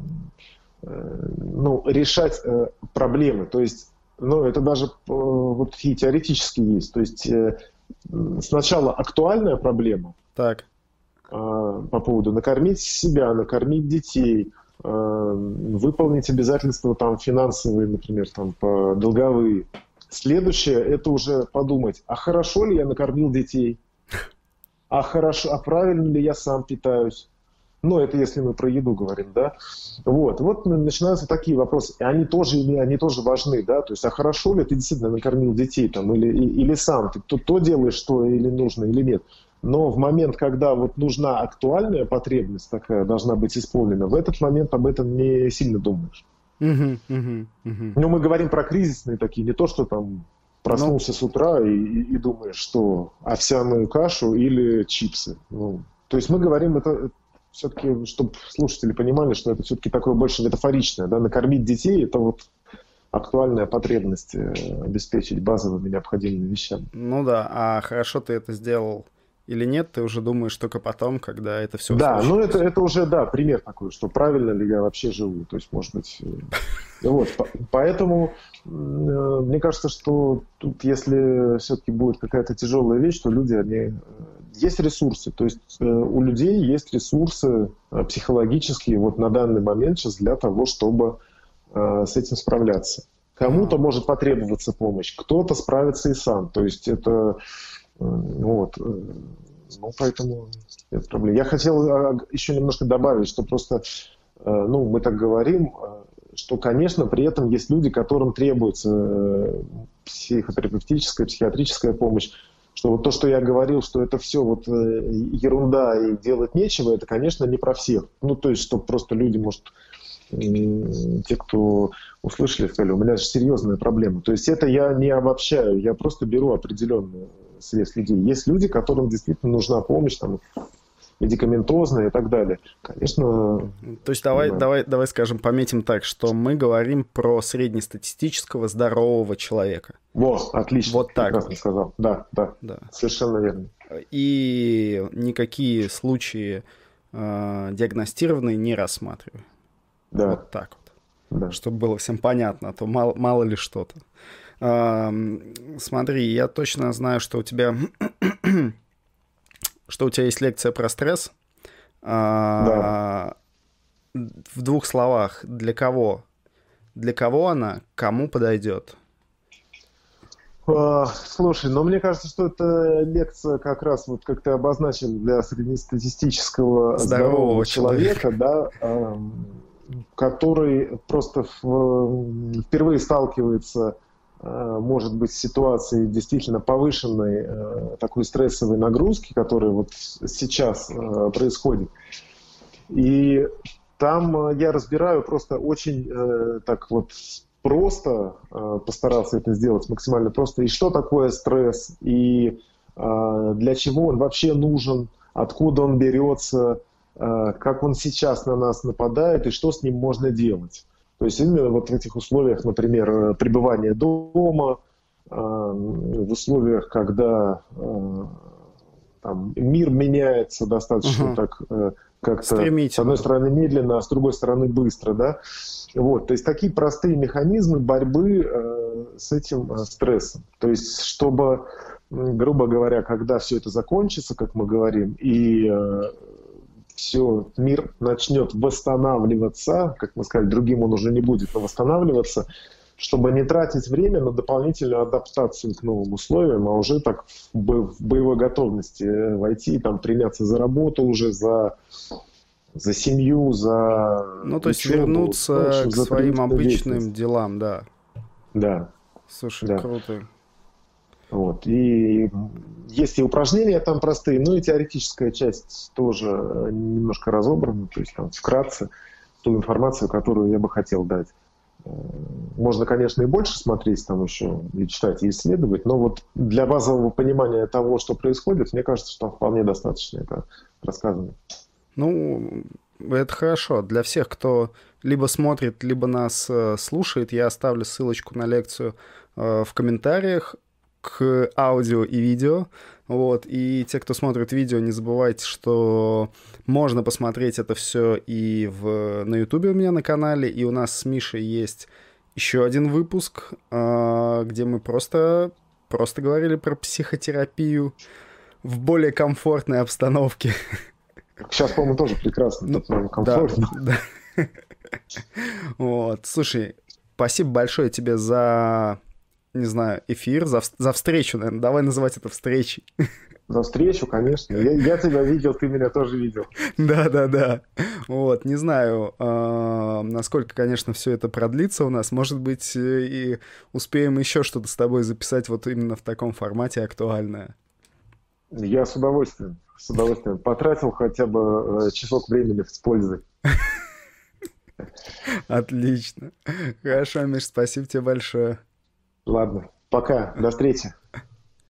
э, ну, решать э, проблемы. То есть, ну, это даже э, вот и теоретически есть. То есть, э, сначала актуальная проблема, Так. э, по поводу накормить себя, накормить детей, выполнить обязательства там финансовые, например, там по долговые. Следующее — это уже подумать, а хорошо ли я накормил детей? А хорошо, а правильно ли я сам питаюсь? Ну, это если мы про еду говорим, да? Вот, вот начинаются такие вопросы. И они тоже, они тоже важны, да? То есть, а хорошо ли ты действительно накормил детей там, или, или сам? Ты то, то делаешь, что или нужно, или нет? Но в момент, когда вот нужна актуальная потребность такая, должна быть исполнена, в этот момент об этом не сильно думаешь. Uh-huh, uh-huh, uh-huh. Но мы говорим про кризисные такие, не то, что там проснулся ну, с утра и, и, и думаешь, что овсяную кашу или чипсы. Ну, то есть мы говорим это все-таки, чтобы слушатели понимали, что это все-таки такое больше метафоричное. Да? Накормить детей — это вот актуальная потребность обеспечить базовыми необходимыми вещами. Ну да, а хорошо ты это сделал или нет, ты уже думаешь только потом, когда это все Да, случится. ну это, это уже, да, пример такой, что правильно ли я вообще живу. То есть, может быть... Вот, поэтому мне кажется, что тут, если все-таки будет какая-то тяжелая вещь, то люди, они... Есть ресурсы, то есть у людей есть ресурсы психологические вот на данный момент сейчас для того, чтобы с этим справляться. Кому-то может потребоваться помощь, кто-то справится и сам. То есть это... Вот. Ну, поэтому нет проблем. Я хотел еще немножко добавить, что просто, ну, мы так говорим, что, конечно, при этом есть люди, которым требуется психотерапевтическая, психиатрическая помощь, что вот то, что я говорил, что это все вот ерунда и делать нечего, это, конечно, не про всех. Ну, то есть, чтобы просто люди, может, те, кто услышали, сказали, у меня же серьезная проблема. То есть это я не обобщаю, я просто беру определенную срез людей. Есть люди, которым действительно нужна помощь, там, медикаментозная и так далее. Конечно... То есть давай, давай, давай скажем, пометим так, что мы говорим про среднестатистического здорового человека. Вот, отлично. Вот так. Прекрасно сказал. Да, да, да. Совершенно верно. И никакие случаи э, диагностированные не рассматриваю. Да. Вот так вот. Да. Чтобы было всем понятно, а то мало, мало ли что-то. А, смотри, я точно знаю, что у тебя что у тебя есть лекция про стресс. А, да. В двух словах, для кого? Для кого она, кому подойдет? А, слушай, ну мне кажется, что это лекция как раз, вот как ты обозначил, для среднестатистического здорового, здорового человека, человека, да, а, который просто в, впервые сталкивается, может быть, с ситуацией действительно повышенной такой стрессовой нагрузки, которая вот сейчас происходит. И там я разбираю просто очень так вот просто, постарался это сделать максимально просто, и что такое стресс, и для чего он вообще нужен, откуда он берется, как он сейчас на нас нападает и что с ним можно делать. То есть именно вот в этих условиях, например, пребывания дома, в условиях, когда там, мир меняется достаточно угу. так как-то, с одной стороны медленно, а с другой стороны быстро, да. Вот, то есть такие простые механизмы борьбы с этим стрессом. То есть чтобы, грубо говоря, когда все это закончится, как мы говорим, и все, мир начнет восстанавливаться, как мы сказали, другим он уже не будет, но восстанавливаться, чтобы не тратить время на дополнительную адаптацию к новым условиям, а уже так в боевой готовности войти и там приняться за работу уже, за, за семью, за Ну, то есть учебу, вернуться ну, к своим обычным делам, да. Да. Слушай, да. круто. Вот. И есть и упражнения там простые, но и теоретическая часть тоже немножко разобрана, то есть там вкратце ту информацию, которую я бы хотел дать. Можно, конечно, и больше смотреть там еще, и читать, и исследовать, но вот для базового понимания того, что происходит, мне кажется, что вполне достаточно это рассказано. Ну, это хорошо. Для всех, кто либо смотрит, либо нас слушает, я оставлю ссылочку на лекцию в комментариях к аудио и видео. Вот. И те, кто смотрит видео, не забывайте, что можно посмотреть это все и в, на Ютубе у меня на канале, и у нас с Мишей есть еще один выпуск, где мы просто, просто говорили про психотерапию в более комфортной обстановке. Сейчас, по-моему, тоже прекрасно, Ну, тут, наверное, да, комфортно. да. Вот, слушай, спасибо большое тебе за, не знаю, эфир, за, вс- за встречу, наверное. Давай называть это встречей. За встречу, конечно. Я, я тебя видел, ты меня тоже видел. Да, да, да. Вот, не знаю, а, насколько, конечно, все это продлится у нас. Может быть, э, и успеем еще что-то с тобой записать вот именно в таком формате актуальное. Я с удовольствием, с удовольствием потратил хотя бы э, часок времени с пользой. Отлично. Хорошо, Миш, спасибо тебе большое. Ладно, пока, до встречи.